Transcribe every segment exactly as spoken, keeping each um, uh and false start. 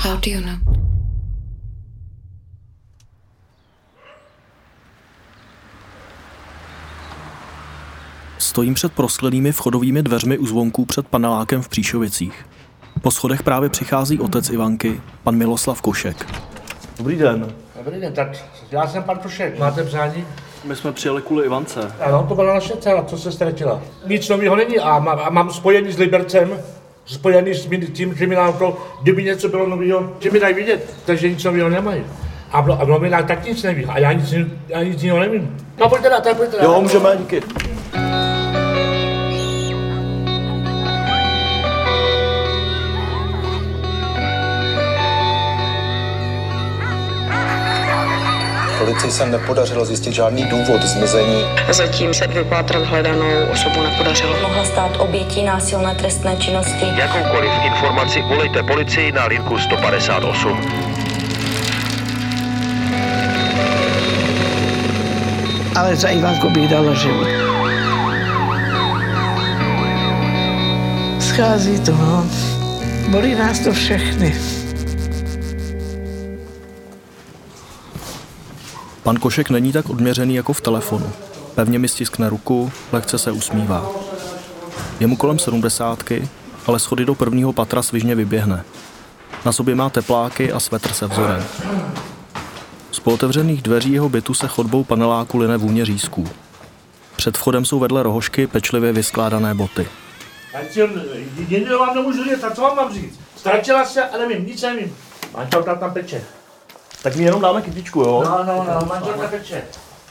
How do you know? Stojím před prosklenými vchodovými dveřmi u zvonků před panelákem v Příšovicích. Po schodech právě přichází otec Ivanky, pan Miloslav Košek. Dobrý den. Dobrý den, tak já jsem pan Košek, máte přání? My jsme přijeli kvůli Ivance. Ano, to byla naše dcera, co se ztratila. Nic nového není a mám, a mám spojený s Libercem, spojený s tím kriminálkou, kdyby něco bylo nového, že mi dají vidět, takže nic nového nemají. A v novinách tak nic neví a já nic, já nic jiného nevím. No pojďte na to, pojďte na to. Jo, můžeme, díky. Policii se nepodařilo zjistit žádný důvod zmizení. Zatím se vypátrat hledanou osobu nepodařilo. Mohla stát obětí násilné trestné činnosti. Jakoukoliv informaci volejte policii na linku sto padesát osm. Ale za Ivanku bych dala život. Schází to, no. Bolí nás to všechny. Pan Košek není tak odměřený jako v telefonu. Pevně mi stiskne ruku, lehce se usmívá. Je mu kolem sedmdesátky, ale schody do prvního patra svižně vyběhne. Na sobě má tepláky a svetr se vzorem. Z pootevřených dveří jeho bytu se chodbou paneláku line vůně řízků. Před vchodem jsou vedle rohožky pečlivě vyskládané boty. Jediného vám nemůžu říct, a co vám mám říct? Ztratila se a nevím, nic nevím. Manželka tam peče. Tak mi jenom dáme kytičku, jo? No, no, no, manželka peče.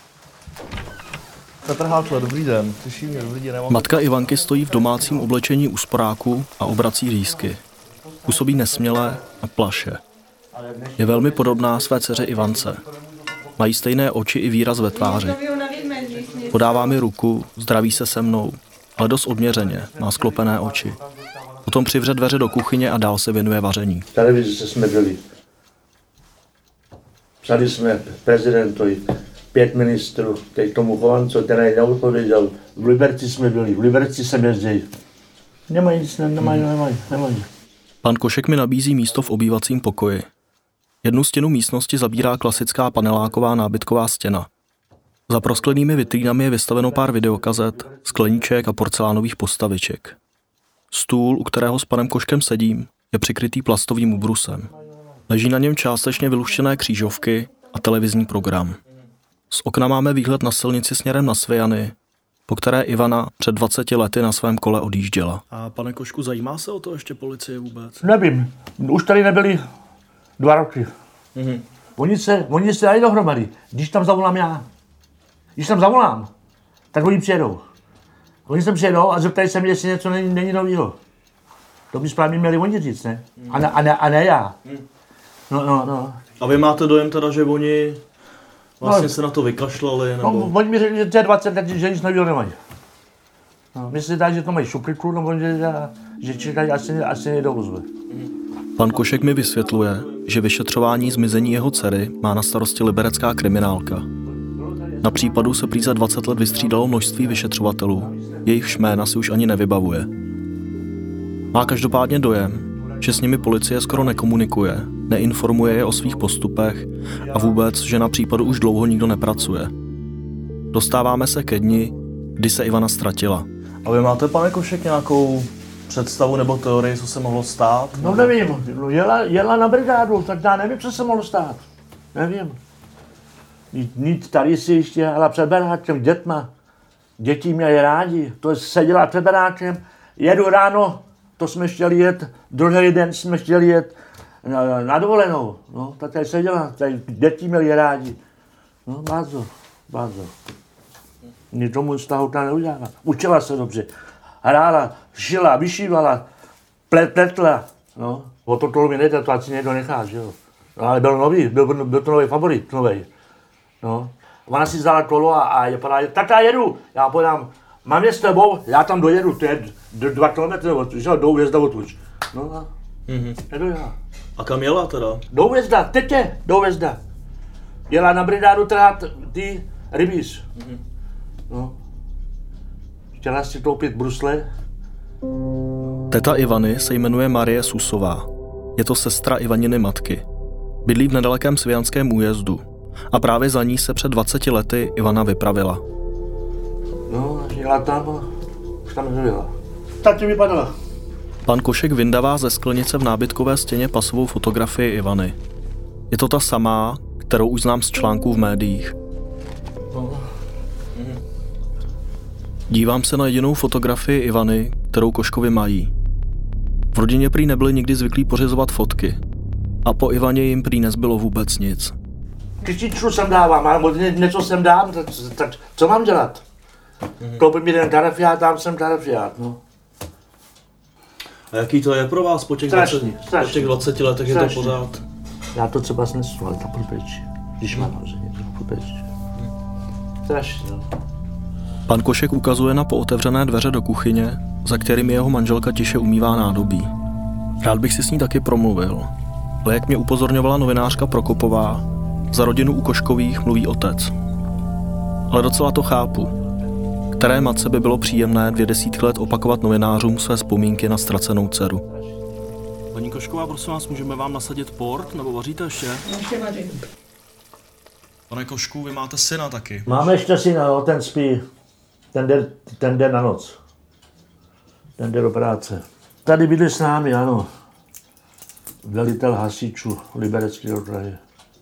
Petr Háčle, dobrý den. Těší mě, dobrý den. Matka Ivanky stojí v domácím oblečení u sporáku a obrací řízky. Působí nesměle a plaše. Je velmi podobná své dceře Ivance. Mají stejné oči i výraz ve tváři. Podává mi ruku, zdraví se se mnou, ale dost odměřeně, má sklopené oči. Potom přivře dveře do kuchyně a dál se věnuje vaření. V televizi jsme byli. Psali jsme prezidentovi, pět ministrů, teď tomu Chovancu, ten neodpověděl. V Liberci jsme byli, v Liberci jsem jezdil. Nemají nic, nemají, nemají, nemají. Pan Košek mi nabízí místo v obývacím pokoji. Jednu stěnu místnosti zabírá klasická paneláková nábytková stěna. Za prosklenými vitrínami je vystaveno pár videokazet, skleníček a porcelánových postaviček. Stůl, u kterého s panem Koškem sedím, je přikrytý plastovým ubrusem. Leží na něm částečně vyluštěné křížovky a televizní program. Z okna máme výhled na silnici směrem na Svijany, po které Ivana před dvaceti lety na svém kole odjížděla. A pane Košku, zajímá se o to ještě policie vůbec? Nevím, už tady nebyli dva roky. Mhm. Oni se, oni se dají dohromady, když tam zavolám já. Když tam zavolám, tak oni přijedou. Oni sem přijedou a zeptají se mě, jestli něco není, není novýho. To by správně měli oni říct, ne? A ne, a ne, a ne já. No, no, no. A vy máte dojem teda, že oni vlastně no, se na to vykašlali, nebo? No, oni mi řekli, že to je dvacet let, že nic nového nemají. No, myslí tak, že to mají šupliku, nebo že, že čekají, asi, asi někdo ozve. Pan Košek mi vysvětluje, že vyšetřování zmizení jeho dcery má na starosti liberecká kriminálka. Na případu se prý za dvacet let vystřídalo množství vyšetřovatelů, jejich jména si už ani nevybavuje. Má každopádně dojem, že s nimi policie skoro nekomunikuje, neinformuje je o svých postupech a vůbec, že na případu už dlouho nikdo nepracuje. Dostáváme se ke dni, kdy se Ivana ztratila. A vy máte, pane Košek, nějakou představu nebo teorii, co se mohlo stát? No nevím, jela, jela na brigádu, tak já nevím, co se mohlo stát. Nevím. Nic tady si ještě jela před beráčem, dětma. Děti mě rádi, to seděla před beráčem, jedu ráno, to jsme chtěli jet, druhý den jsme chtěli jet na, na dovolenou. No, tak tady seděla, tady děti měli rádi. No, bázo, bázo. Mě tomu vztahu neudělala. Učila se dobře. Hrála, šila, vyšívala, plet, pletla. No, o to tohle mi nejde, to asi někdo nechá, že jo. No, ale byl nový, byl, byl to nový favorit, nový. No. Ona si vzala kolo a, a je padá, tata jedu, já podám, mám je s tebou, já tam dojedu, to je d- dva kilometry odtud, že jo, do Újezda odtud. No a mm-hmm. jedu já. A kam jela teda? Do Újezda, tetě, do Újezda. Jela na brigádu trhat ty rybíz. Mm-hmm. No. Chtěla si koupit brusle. Teta Ivany se jmenuje Marie Susová. Je to sestra Ivaniny matky. Bydlí v nedalekém Svijanském újezdu. A právě za ní se před dvaceti lety Ivana vypravila. No, jela tam a už tam nebyla. Tak ti vypadala. Pan Košek vyndává ze sklenice v nábytkové stěně pasovou fotografii Ivany. Je to ta samá, kterou už znám z článků v médiích. Dívám se na jedinou fotografii Ivany, kterou Koškovi mají. V rodině prý nebyli nikdy zvyklí pořizovat fotky. A po Ivaně jim prý nezbylo vůbec nic. Kytičku sem dávám, ale něco sem dám, tak, tak co mám dělat? Mm-hmm. Koupím mi ten tarafiát, dám sem tarafiát, no. A jaký to je pro vás po těch, strašný, dvaceti, strašný. Po těch dvaceti letech strašný. Je to pořád? Já to třeba snesu, ale ta půlpeč, když mám narozeně, to půlpeč. Strašný, no. Pan Košek ukazuje na pootevřené dveře do kuchyně, za kterými jeho manželka tiše umývá nádobí. Rád bych si s ní taky promluvil, ale jak mě upozorňovala novinářka Prokopová, za rodinu u Koškových mluví otec. Ale docela to chápu. Které matce by bylo příjemné dvě desítky let opakovat novinářům své vzpomínky na ztracenou dceru. Paní Košková, prosím vás, můžeme vám nasadit port, nebo vaříte ještě? Ještě vařím. Pane Košku, vy máte syna taky. Máme ještě syna, no, ten spí. Ten jde, ten jde na noc. Ten jde do práce. Tady bydlí s námi, ano. Velitel hasičů Libereckého kraje.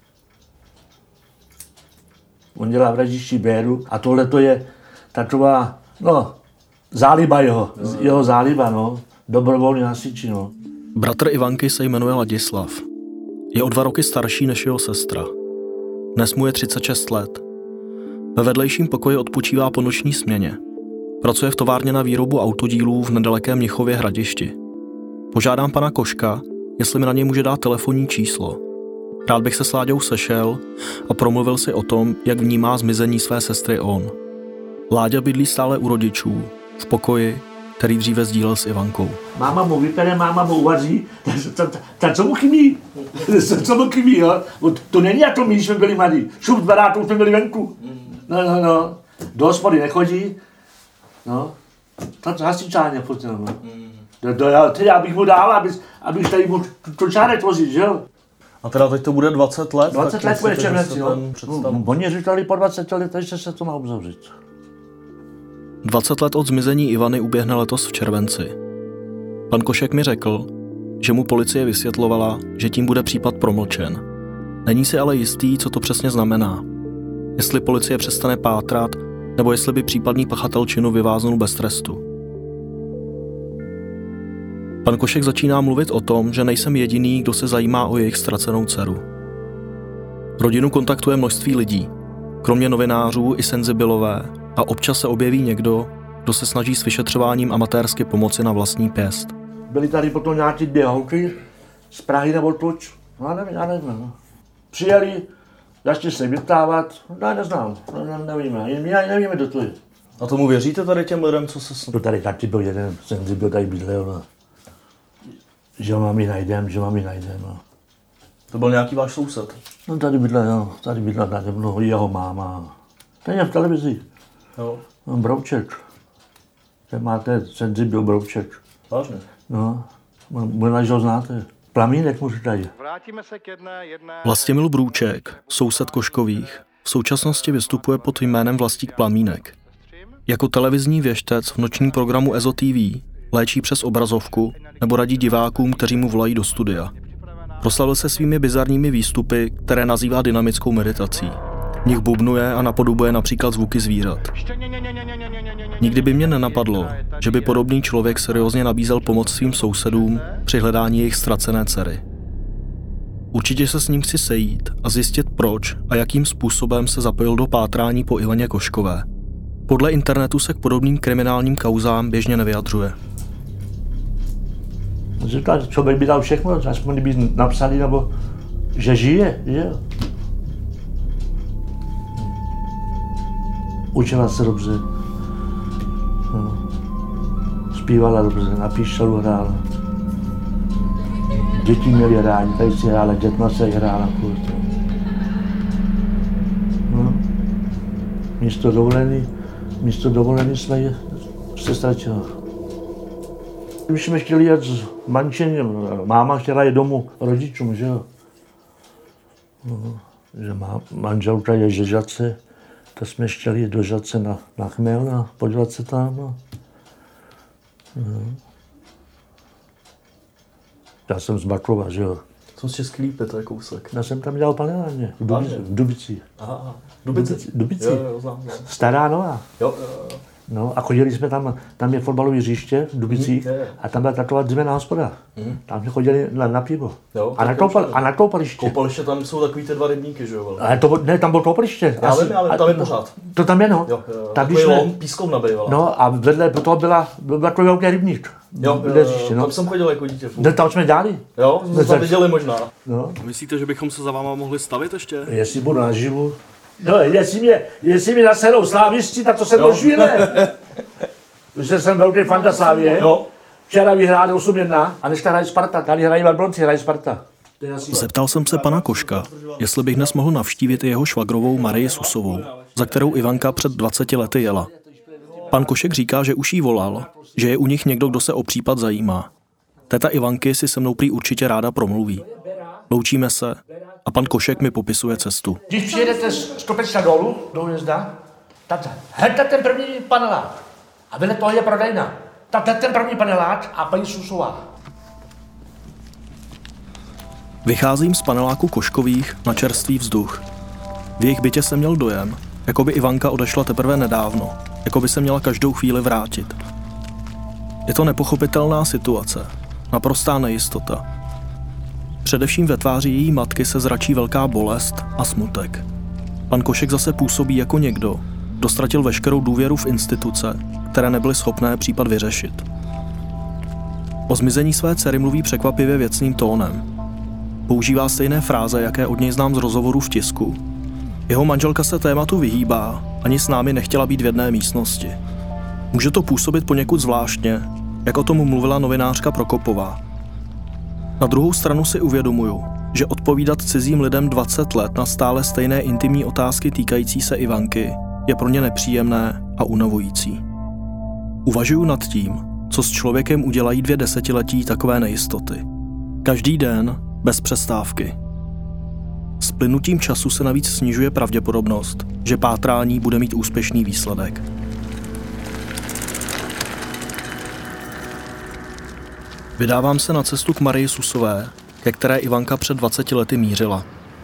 On dělá v Radišti Béru a tohle to je taková, no, záliba jeho, jeho záliba, no. Dobrovolní hasiči, no. Bratr Ivanky se jmenuje Ladislav. Je o dva roky starší než jeho sestra. Dnes mu je třicet šest let. Ve vedlejším pokoji odpočívá po noční směně. Pracuje v továrně na výrobu autodílů v nedalekém Mnichově Hradišti. Požádám pana Koška, jestli mi na něj může dát telefonní číslo. Rád bych se s Láďou sešel a promluvil si o tom, jak vnímá zmizení své sestry on. Láďa bydlí stále u rodičů, v pokoji, který dříve sdílel s Ivankou. Máma mu vypere, máma mu uvaří, tak co mu chybí? Co mu chybí, jo? To není jako my, když jsme byli mladí. Šup dvaráků jsme byli venku. No, no, no. Do hospody nechodí. No. To hasičárně furt, no. Do, do, ty, já bych mu dal, abys, abych tady mohl čárek vozit, že jo? A teda teď to bude dvacet let? dvacet let bude červenci, no. no. Oni říkali po dvaceti letech, že se to má obzavřít. dvacet let od zmizení Ivany uběhne letos v červenci. Pan Košek mi řekl, že mu policie vysvětlovala, že tím bude případ promlčen. Není si ale jistý, co to přesně znamená. Jestli policie přestane pátrat, nebo jestli by případný pachatel činu vyváznul bez trestu. Pan Košek začíná mluvit o tom, že nejsem jediný, kdo se zajímá o jejich ztracenou dceru. Rodinu kontaktuje množství lidí, kromě novinářů i senzibilové, a občas se objeví někdo, kdo se snaží s vyšetřováním amatérsky pomoci na vlastní pěst. Byly tady potom nějaký dvě holky z Prahy nebo tuč, no nevím, já nevím. No. Přijeli, začali se vyptávat, no neznám, no, nevíme, my ani nevíme, kdo to je. A tomu věříte tady těm lidem, co se... To tady taky byl jeden senzibil, tady bydlel, no. Že mám ji najdem, že mám ji najdem, no. To byl nějaký váš soused? No tady bydlel, no, tady bydlel tady mnoho jeho máma. Ten je v televizi. Jo. No, Brouček. Ten máte senzibil Brouček. Vážně? No, možná, že ho znáte. Plamínek mu říkají. Vrátíme se k jedné, jedné... Vlastimil Brůček, soused Koškových, v současnosti vystupuje pod jménem Vlastík Plamínek. Jako televizní věštec v nočním programu E Z O T V léčí přes obrazovku nebo radí divákům, kteří mu volají do studia. Proslavil se svými bizarními výstupy, které nazývá dynamickou meditací. V nich bubnuje a napodobuje například zvuky zvířat. Nikdy by mě nenapadlo, že by podobný člověk seriózně nabízel pomoc svým sousedům při hledání jejich ztracené dcery. Určitě se s ním chci sejít a zjistit, proč a jakým způsobem se zapojil do pátrání po Ivaně Koškové. Podle internetu se k podobným kriminálním kauzám běžně nevyjadřuje. Říkal, člověk by dal všechno, aspoň kdyby napsali, nebo že žije, že jo. Učila se dobře. No. Zpívala dobře, na píšťalu hrála. Děti měli rádi, tady si hrála, dětma se hrála furt. No. Místo dovolený, místo dovolený jsme je se ztratila. My jsme chtěli jet s mančením, máma chtěla jít domů rodičům, že jo. No, že má, manželka je ze Žatce, tak jsme chtěli jít do Žatce na, na chmel a podívat se tam. No. No. Já jsem z Baklova, že jo. Jsem z Český Lípy, to je kousek. Já jsem tam dělal paneláně, v, Dubici, v Dubicích. Aha, Dubici. Dubici. Jo, jo, znám, jo. Stará nová. Jo, jo, jo. No a chodili jsme tam, tam je fotbalové hřiště v Dubicích mm, a tam byla taková dřevěná hospoda. Mm. Tam jsme chodili na, na pivo. Jo, a, na koupal, a na koupaliště. Koupaliště, tam jsou takový ty dva rybníky, že jo? Ale to, ne, tam bylo koupaliště. Já vím, ale tam je pořád. To tam je, no. Jo, jo, tam, takový jsme, lom, pískovna bývala. No a vedle toho byla, byl takový velký rybník. Jo, jo, jo, no. Tam jsem chodil jako dítě. No, tam jsme dělali. Jo, jsme tam viděli možná. No. Myslíte, že bychom se za váma mohli stavit ještě? Jestli budu naživu. No, jestli mě, jestli mě naserou slávisti, tak to se možná ne. Že jsem velký fanda Slávie. Jo. Včera vyhráli osm jedna a dneska hraje Sparta. Tady hrají Valblonci, hraje Sparta. Zeptal jsem se pana Koška, jestli bych dnes mohl navštívit jeho švagrovou Marii Susovou, za kterou Ivanka před dvaceti lety jela. Pan Košek říká, že už jí volal, že je u nich někdo, kdo se o případ zajímá. Teta Ivanky si se mnou prý určitě ráda promluví. Loučíme se a pan Košek mi popisuje cestu. Když přijedete z Kopečka dolů, do Ujezda, tak hned ten první panelák. A vedle toho je prodejna. Tak ten první panelák a paní Susová. Vycházím z paneláku Koškových na čerstvý vzduch. V jejich bytě jsem měl dojem, jako by Ivanka odešla teprve nedávno, jako by se měla každou chvíli vrátit. Je to nepochopitelná situace, naprostá nejistota. Především ve tváři její matky se zračí velká bolest a smutek. Pan Košek zase působí jako někdo, kdo ztratil veškerou důvěru v instituce, které nebyly schopné případ vyřešit. O zmizení své dcery mluví překvapivě věcným tónem. Používá stejné fráze, jaké od něj znám z rozhovorů v tisku. Jeho manželka se tématu vyhýbá, ani s námi nechtěla být v jedné místnosti. Může to působit poněkud zvláštně, jak o tom mluvila novinářka Prokopová. Na druhou stranu si uvědomuju, že odpovídat cizím lidem dvacet let na stále stejné intimní otázky týkající se Ivanky je pro ně nepříjemné a unavující. Uvažuju nad tím, co s člověkem udělají dvě desetiletí takové nejistoty. Každý den, bez přestávky. S plynutím času se navíc snižuje pravděpodobnost, že pátrání bude mít úspěšný výsledek. Vydávám se na cestu k Marii Susové, ke které Ivanka před dvaceti lety mířila.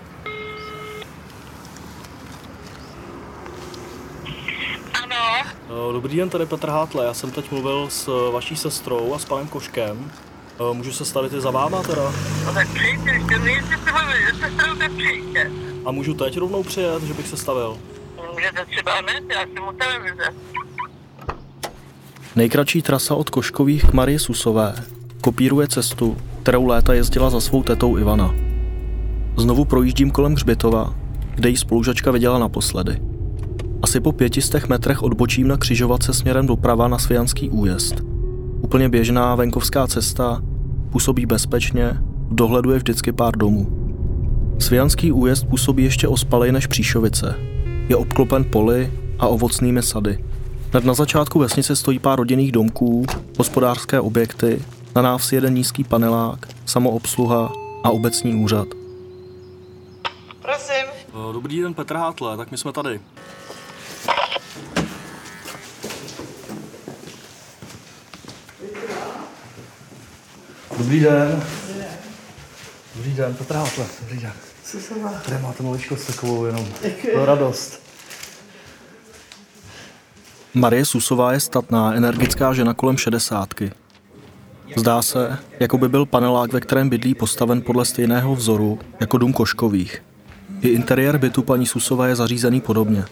Ano. Dobrý den, tady Petr Hátle. Já jsem teď mluvil s vaší sestrou a s panem Koškem. Můžu se stavit i za váma teda? No tak přijďte, když to nejste s vámi, se sestrou, tak přijďte. A můžu teď rovnou přijet, že bych se stavil? Můžete třeba hned, já jsem u televize. Nejkratší trasa od Koškových k Marii Susové kopíruje cestu, kterou léta jezdila za svou tetou Ivana. Znovu projíždím kolem hřbitova, kde jí spolužačka viděla naposledy. Asi po pětistech metrech odbočím na křižovatce směrem doprava na Svijanský újezd. Úplně běžná venkovská cesta, působí bezpečně, v dohledu je vždycky pár domů. Svijanský újezd působí ještě ospalej než Příšovice. Je obklopen poli a ovocnými sady. Hned na začátku vesnice stojí pár rodinných domků, hospodářské objekty, na návsi jeden nízký panelák, samoobsluha a obecní úřad. Prosím. Dobrý den, Petr Hátle, tak my jsme tady. Dobrý den. Dobrý den, Petr Hátle. Dobrý den. Co se má? Tady máte maličko s takovou jenom. Pro radost. Marie Susová je statná, energická žena kolem šedesátky. Zdá se, jako by byl panelák, ve kterém bydlí, postaven podle stejného vzoru jako dům Koškových. I interiér bytu paní Susové je zařízený podobně.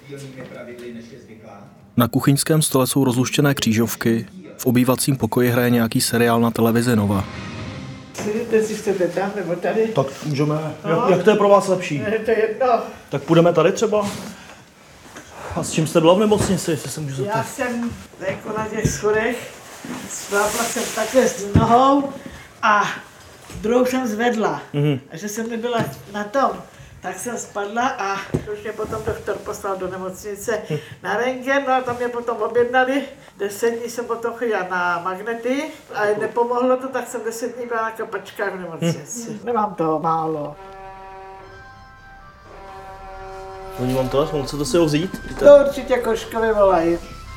Na kuchyňském stole jsou rozluštěné křížovky, v obývacím pokoji hraje nějaký seriál na televizi Nova. Sedíte si chcete tam nebo tady? Tak můžeme. Jak, jak to je pro vás lepší? Ne, to je jedno. Tak půjdeme tady třeba? A s čím jste byla v nemocnici, jestli se můžu zeptat? Já jsem jako na těch schodech, splápla jsem takhle s nohou a druhou jsem zvedla. Mm-hmm. A že jsem nebyla na tom, Tak jsem spadla a už mě potom doktor poslal do nemocnice na rentgen, no a tam mě potom objednali. Deset dní jsem potom chodila na magnety a nepomohlo to, tak jsem deset dní byla na kapačkách v nemocnici. Nemám toho málo. Oni mám telefon, chcete si ho vzít? To určitě Koškovi volají.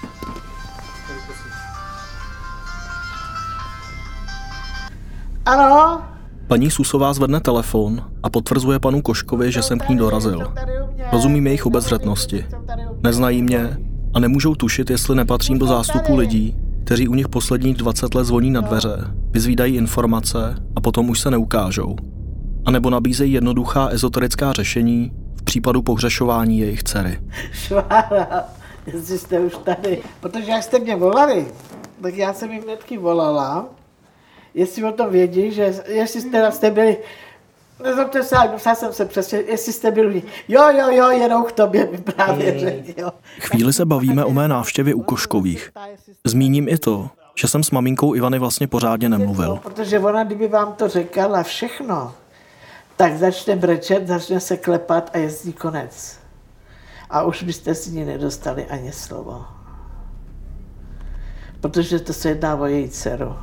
Ano? Paní Susová zvedne telefon a potvrzuje panu Koškovi, že jsem k ní dorazil. Rozumím jejich obezřetnosti. Neznají mě a nemůžou tušit, jestli nepatřím do zástupu lidí, kteří u nich posledních dvacet let zvoní na dveře, vyzvídají informace a potom už se neukážou. A nebo nabízejí jednoduchá ezoterická řešení v případu pohřešování jejich dcery. Švára, jestli jste už tady. Protože jak jste mě volali, tak já jsem jim hnedky volala, jestli o tom vědí, že jestli jste, jste byli, nezlobte se, dostal jsem se přesně, jestli jste byli, jo, jo, jo, jedou k tobě, mi právě řekl, jo. Chvíli se bavíme o mé návštěvě u Koškových. Zmíním i to, že jsem s maminkou Ivany vlastně pořádně nemluvil. Protože ona, kdyby vám to řekala všechno, tak začne brečet, začne se klepat a jezdí konec. A už byste si ní nedostali ani slovo. Protože to se jedná o její dceru.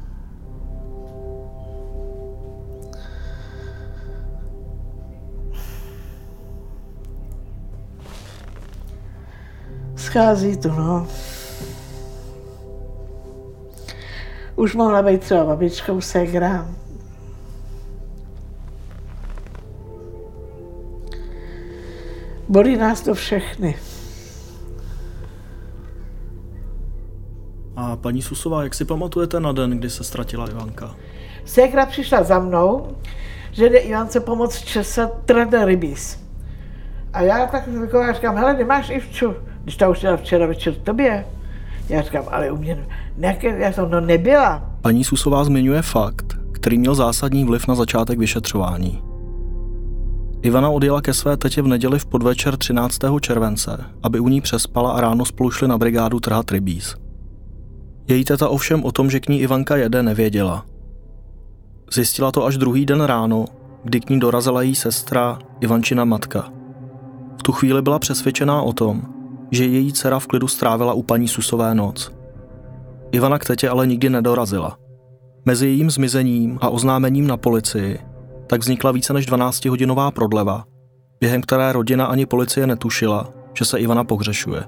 Schází to, no. Už mohla být třeba babičkou, ségra. Bolí nás to všechny. A paní Susová, jak si pamatujete na den, kdy se ztratila Ivanka? Ségra přišla za mnou, že jde Ivance pomoct česat trade rybíz. A já tak já říkám, hele, nemáš Ivču, když ta už jela včera večer tobě. Já říkám, ale u mě nějaké, já jsem no nebyla. Paní Susová zmiňuje fakt, který měl zásadní vliv na začátek vyšetřování. Ivana odjela ke své tetě v neděli v podvečer třináctého července, aby u ní přespala a ráno spolu šli na brigádu trhat rybíz. Její teta ovšem o tom, že k ní Ivanka jede, nevěděla. Zjistila to až druhý den ráno, kdy k ní dorazila její sestra, Ivančina matka. V tu chvíli byla přesvědčená o tom, že její dcera v klidu strávila u paní Susové noc. Ivana k tetě ale nikdy nedorazila. Mezi jejím zmizením a oznámením na policii tak vznikla více než dvanáctihodinová prodleva, během které rodina ani policie netušila, že se Ivana pohřešuje.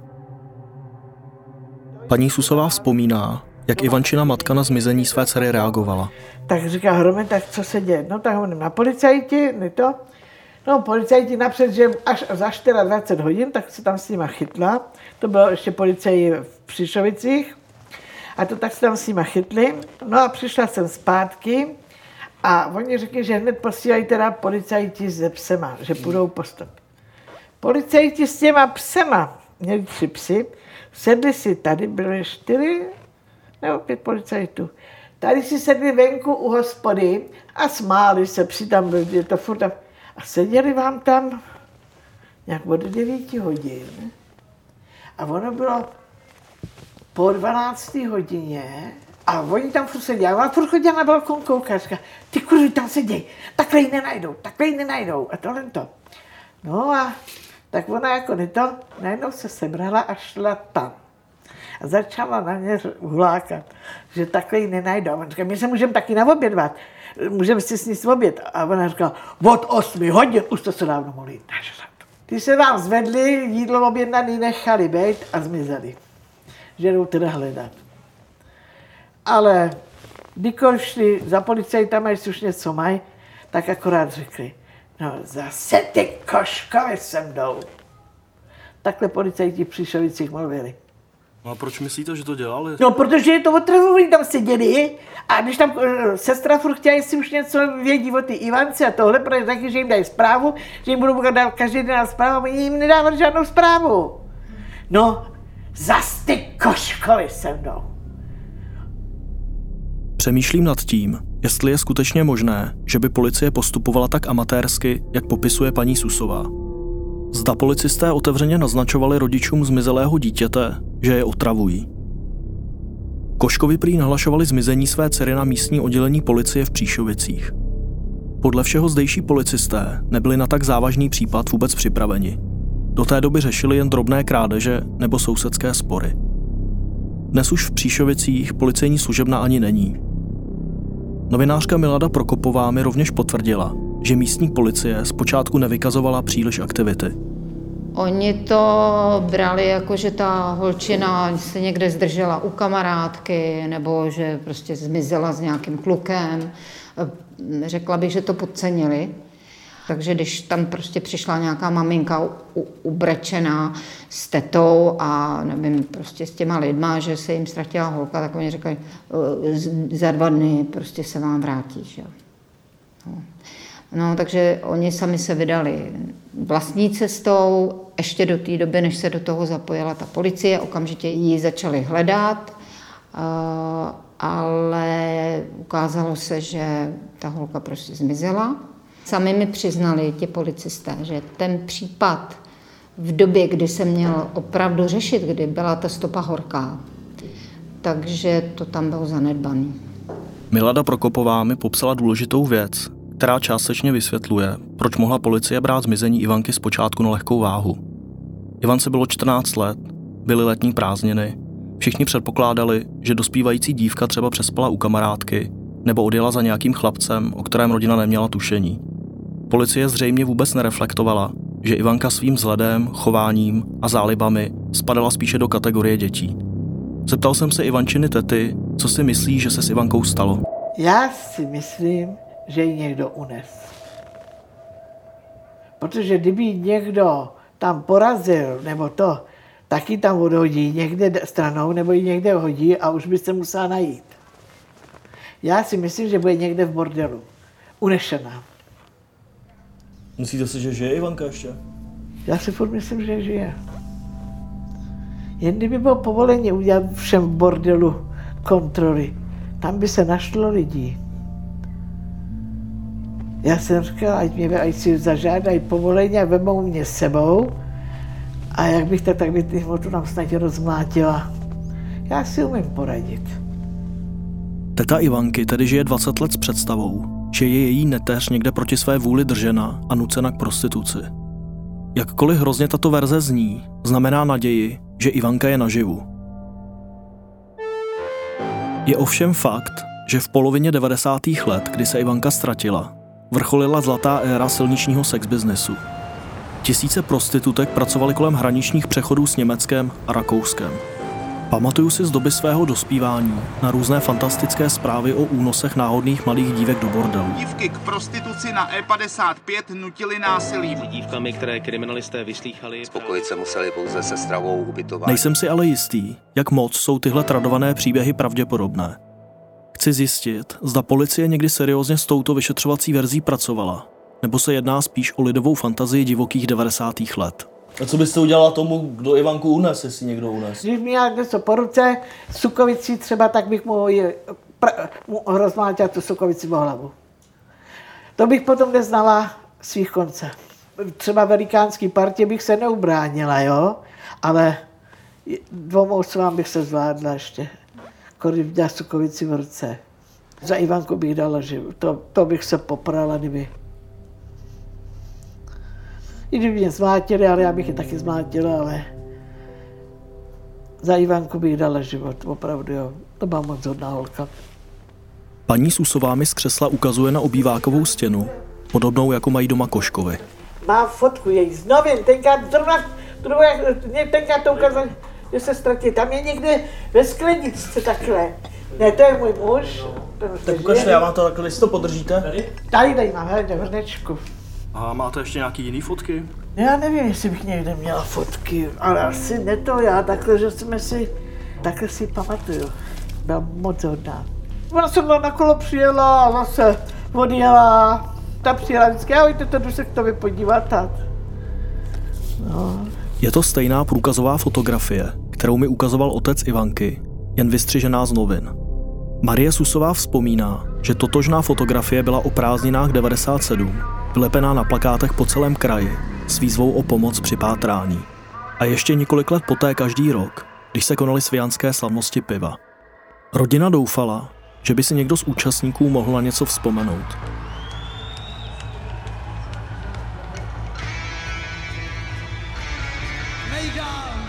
Paní Susová vzpomíná, jak Ivančina matka na zmizení své dcery reagovala. Tak říká Hromen, tak co se děje? No tak hovorím na policajti, ne to. No policajti napřed, že až za dvacet čtyři hodin, tak se tam s nima chytla. To bylo ještě policii v Příšovicích. A to tak se tam s nima chytli. No a přišla jsem zpátky a oni řekli, že hned posílají teda policajti se psema, že půjdou postup. Policajti s těma psema, měli tři psy, sedli si tady, byly čtyři nebo pět policajtů. Tady si sedli venku u hospody a smáli se, přitom byli to furt tam. A seděli vám tam nějak od devěti hodin. A ono bylo po dvanácté hodině a oni tam furt seděli. A ona furt chodila na balkon koukat a říká, ty kurvy tam seděj, takhle ji nenajdou, takhle ji nenajdou. A tohle to. No a tak ona jako neto, najednou se sebrala a šla tam. A začala na ně hulákat, že takhle ji nenajdou. A on říká, my se můžeme taky naobědvat, můžeme si sníst oběd. A ona říká, od osmi hodin už to se dávno mohli jít. Ty se vám zvedli, jídlo objednaný nechali být a zmizeli. Že jdou teda hledat. Ale když šli za policajtama, jestli už něco mají, tak akorát řekli, no zase ty Koškovi sem jdou. Takhle policajti v Příšovicích mluvili. No a proč myslíte, že to dělali? No, protože je to otravovali, tam seděli a když tam uh, sestra furt chtěla, jestli už něco vědí o ty Ivance a tohle, protože taky, že jim dají zprávu, že jim budou dát každý den dát zprávu, a jim nedávali žádnou zprávu. No, zas ty Koškovi se mnou. Přemýšlím nad tím, jestli je skutečně možné, že by policie postupovala tak amatérsky, jak popisuje paní Susová. Zda policisté otevřeně naznačovali rodičům zmizelého dítěte, že je otravují. Koškovi prý nahlašovali zmizení své dcery na místní oddělení policie v Příšovicích. Podle všeho zdejší policisté nebyli na tak závažný případ vůbec připraveni. Do té doby řešili jen drobné krádeže nebo sousedské spory. Dnes už v Příšovicích policejní služebna ani není. Novinářka Milada Prokopová mi rovněž potvrdila, že místní policie zpočátku nevykazovala příliš aktivity. Oni to brali jako, že ta holčina se někde zdržela u kamarádky nebo že prostě zmizela s nějakým klukem. Řekla bych, že to podcenili. Takže když tam prostě přišla nějaká maminka ubrečená s tetou a nevím, prostě s těma lidma, že se jim ztratila holka, tak oni říkají, za dva dny prostě se vám vrátí. Že? No. no, takže oni sami se vydali vlastní cestou, ještě do té doby, než se do toho zapojila ta policie, okamžitě ji začali hledat, ale ukázalo se, že ta holka prostě zmizela. Sami mi přiznali ti policisté, že ten případ v době, kdy se měl opravdu řešit, kdy byla ta stopa horká, takže to tam bylo zanedbaný. Milada Prokopová mi popsala důležitou věc, která částečně vysvětluje, proč mohla policie brát zmizení Ivanky zpočátku na lehkou váhu. Ivance bylo čtrnáct let, byly letní prázdniny, všichni předpokládali, že dospívající dívka třeba přespala u kamarádky nebo odjela za nějakým chlapcem, o kterém rodina neměla tušení. Policie zřejmě vůbec nereflektovala, že Ivanka svým vzhledem, chováním a zálibami spadala spíše do kategorie dětí. Zeptal jsem se Ivančiny tety, co si myslí, že se s Ivankou stalo. Já si myslím, že ji někdo unes. Protože kdyby někdo tam porazil, nebo to, taky tam odhodí někde stranou, nebo ji někde hodí a už by se musela najít. Já si myslím, že bude někde v bordelu. Unešená. Myslíte si, že žije Ivanka ještě? Já si furt myslím, že žije. Jen kdyby bylo povolení udělat všem v bordelu kontroly, tam by se našlo lidí. Já jsem říkala, ať, mě, ať si zažádají povolení a vemou mě s sebou. A jak bych tak, tak by ty hmotu nám snad rozmlátila. Já si umím poradit. Teta Ivanky tedy žije dvacet let s představou, že je její neteř někde proti své vůli držena a nucena k prostituci. Jakkoliv hrozně tato verze zní, znamená naději, že Ivanka je naživu. Je ovšem fakt, že v polovině devadesátých let, kdy se Ivanka ztratila, vrcholila zlatá éra silničního sexbiznesu. Tisíce prostitutek pracovaly kolem hraničních přechodů s Německem a Rakouskem. Pamatuju si z doby svého dospívání na různé fantastické zprávy o únosech náhodných mladých dívek do bordelu. Dívky k prostituci na E padesát pět nutili násilím. S dívkami, které kriminalisté vyslýchali. Spokojit se museli pouze se stravou, ubytování. Nejsem si ale jistý, jak moc jsou tyhle tradované příběhy pravděpodobné. Chci zjistit, zda policie někdy seriózně s touto vyšetřovací verzí pracovala, nebo se jedná spíš o lidovou fantazii divokých devadesátých let. A co byste udělala tomu, kdo Ivanku unes, jestli někdo unes? Když měla něco po ruce, sukovicí třeba, tak bych mu, pr- mu rozmlátila tu sukovici po hlavu. To bych potom neznala svých konce. Třeba velikánský partě bych se neubránila, jo? Ale dvou osobám bych se zvládla ještě. Kolik měla sukovici v ruce. Za Ivanku bych dala život. To, to bych se poprala, kdyby. I kdyby mě zmlátili, ale já bych je taky zmlátila, ale za Ivanku bych dala život, opravdu jo. To byla moc hodná holka. Paní Susová mi z křesla ukazuje na obývákovou stěnu, podobnou jako mají doma Koškovi. Mám fotku její z novin, tenkrát zrovna, tenkrát to ukázal, že se ztratí. Tam je někde ve skleničce takhle. Ne, to je můj muž. Tak ukažte, já vám to takhle, jestli to podržíte. Tady, tady, tady mám, hledě, hrnečku. A máte ještě nějaký jiný fotky? Já nevím, jestli bych někde měla fotky, ale asi ne to já, takhle, že jsme si, takhle si pamatuju. Byla moc hodná. Ona jsem na kolo přijela a zase odjela. Ta přijela vždycky, ahojte, to jdu se k tobě podívat. Tak. No. Je to stejná průkazová fotografie, kterou mi ukazoval otec Ivanky, jen vystřižená z novin. Marie Susová vzpomíná, že totožná fotografie byla o prázdninách devadesát sedm, vylepená na plakátech po celém kraji s výzvou o pomoc při pátrání. A ještě několik let poté každý rok, když se konaly svijanské slavnosti piva. Rodina doufala, že by si někdo z účastníků mohl na něco vzpomenout.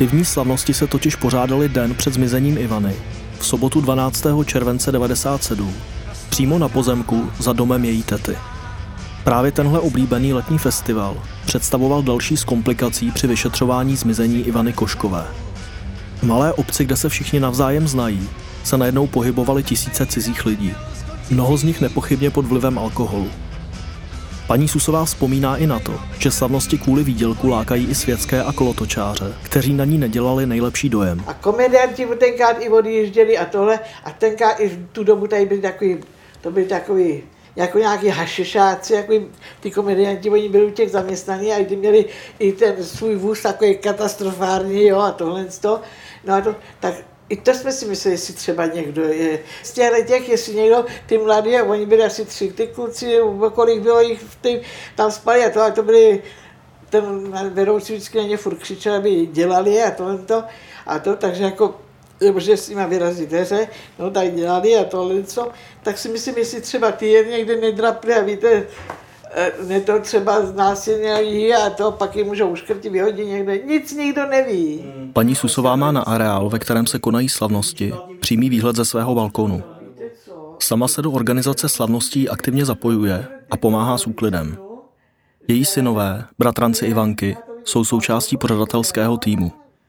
Aktivní slavnosti se totiž pořádaly den před zmizením Ivany, v sobotu dvanáctého července devadesát sedm, přímo na pozemku za domem její tety. Právě tenhle oblíbený letní festival představoval další z komplikací při vyšetřování zmizení Ivany Koškové. V malé obci, kde se všichni navzájem znají, se najednou pohybovaly tisíce cizích lidí. Mnoho z nich nepochybně pod vlivem alkoholu. Paní Susová vzpomíná i na to, že slavnosti kvůli výdělku lákají i světské a kolotočáře, kteří na ní nedělali nejlepší dojem. A komedianti tenkrát i odjížděli a tohle, a tenkrát i v tu dobu tady byli takový, to byli takový, jako nějaký hašešáci, jako ty komedianti, oni byli u těch zaměstnaní a ty měli i ten svůj vůz takový katastrofární, jo, a tohle to, no a to, tak i to jsme si mysleli, jestli třeba někdo je. Z těchto těch, jestli někdo, ty mladí, a oni byli asi tři, ty kluci, kolik bylo jich v tým, tam spali a to, a to byli, ten vedoucí vždycky na ně furt křičel, aby dělali a tohle to, a to, takže jako, že s nima vyrazí dveře, no tak dělali a tohle co, tak si myslím, jestli třeba ty je někde nedrapli a víte, ne to třeba znásilnějí a to pak jim můžou uškrtit, vyhodit někde. Nic nikdo neví. Paní Susová má na areál, ve kterém se konají slavnosti, přímý výhled ze svého balkonu. Sama se do organizace slavností aktivně zapojuje a pomáhá s úklidem. Její synové, bratranci Ivanky, jsou součástí pořadatelského týmu.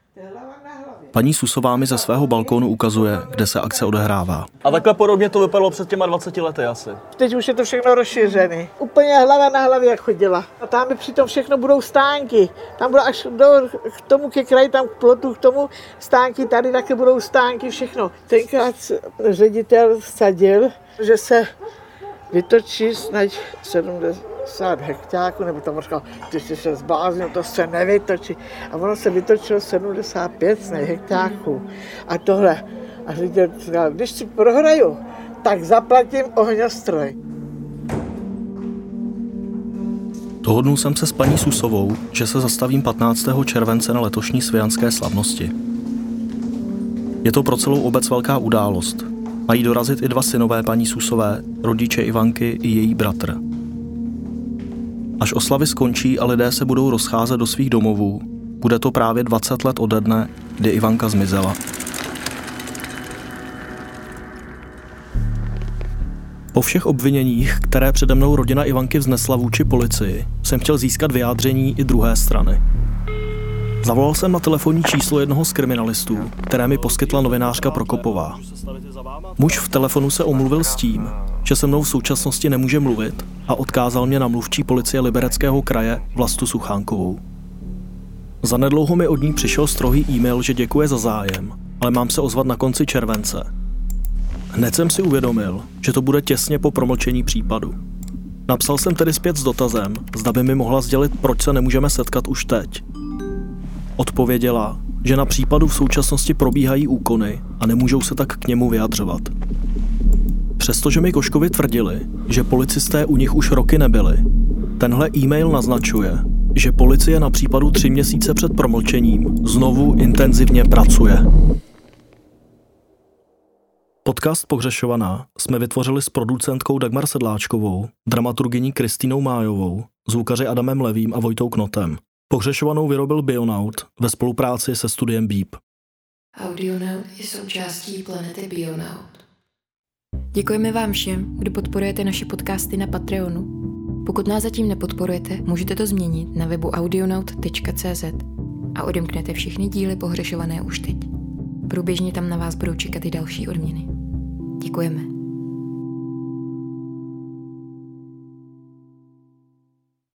Paní Susová mi ze svého balkónu ukazuje, kde se akce odehrává. A takhle podobně to vypadalo před těma dvaceti lety asi. Teď už je to všechno rozšířené. Úplně hlava na hlavě, jak chodila. A tam přitom všechno budou stánky. Tam budou až do, k tomu ke kraji, tam k plotu, k tomu stánky, tady také budou stánky, všechno. Tenkrát ředitel vsadil, že se vytočí snad sedmdesát hektáků, nebo tam říkal, ty jsi se zbláznil, to se nevytočí. A ono se vytočilo sedmdesát pět hektáků. A tohle. A ředitel říkal, když si prohraju, tak zaplatím ohňostroj. Dohodnul jsem se s paní Susovou, že se zastavím patnáctého července na letošní svějanské slavnosti. Je to pro celou obec velká událost. Mají dorazit i dva synové paní Susové, rodiče Ivanky i její bratr. Až oslavy skončí a lidé se budou rozcházet do svých domovů, bude to právě dvacet let ode dne, kdy Ivanka zmizela. Po všech obviněních, které přede mnou rodina Ivanky vznesla vůči policii, jsem chtěl získat vyjádření i druhé strany. Zavolal jsem na telefonní číslo jednoho z kriminalistů, které mi poskytla novinářka Prokopová. Muž v telefonu se omluvil s tím, že se mnou v současnosti nemůže mluvit a odkázal mě na mluvčí policie Libereckého kraje Vlastu Suchánkovou. Zanedlouho mi od ní přišel strohý e-mail, že děkuje za zájem, ale mám se ozvat na konci července. Hned jsem si uvědomil, že to bude těsně po promlčení případu. Napsal jsem tedy zpět s dotazem, zda by mi mohla sdělit, proč se nemůžeme setkat už teď. Odpověděla, že na případu v současnosti probíhají úkony a nemůžou se tak k němu vyjadřovat. Přestože mi Koškovi tvrdili, že policisté u nich už roky nebyli, tenhle e-mail naznačuje, že policie na případu tři měsíce před promlčením znovu intenzivně pracuje. Podcast Pohřešovaná jsme vytvořili s producentkou Dagmar Sedláčkovou, dramaturgyní Kristýnou Májovou, zvukaři Adamem Levým a Vojtou Knotem. Pohřešovanou vyrobil Bionaut ve spolupráci se studiem Beep. Audionaut je součástí planety Bionaut. Děkujeme vám všem, kdo podporujete naše podcasty na Patreonu. Pokud nás zatím nepodporujete, můžete to změnit na webu audionaut tečka cé zet a odemknete všechny díly Pohřešované už teď. Průběžně tam na vás budou čekat i další odměny. Děkujeme.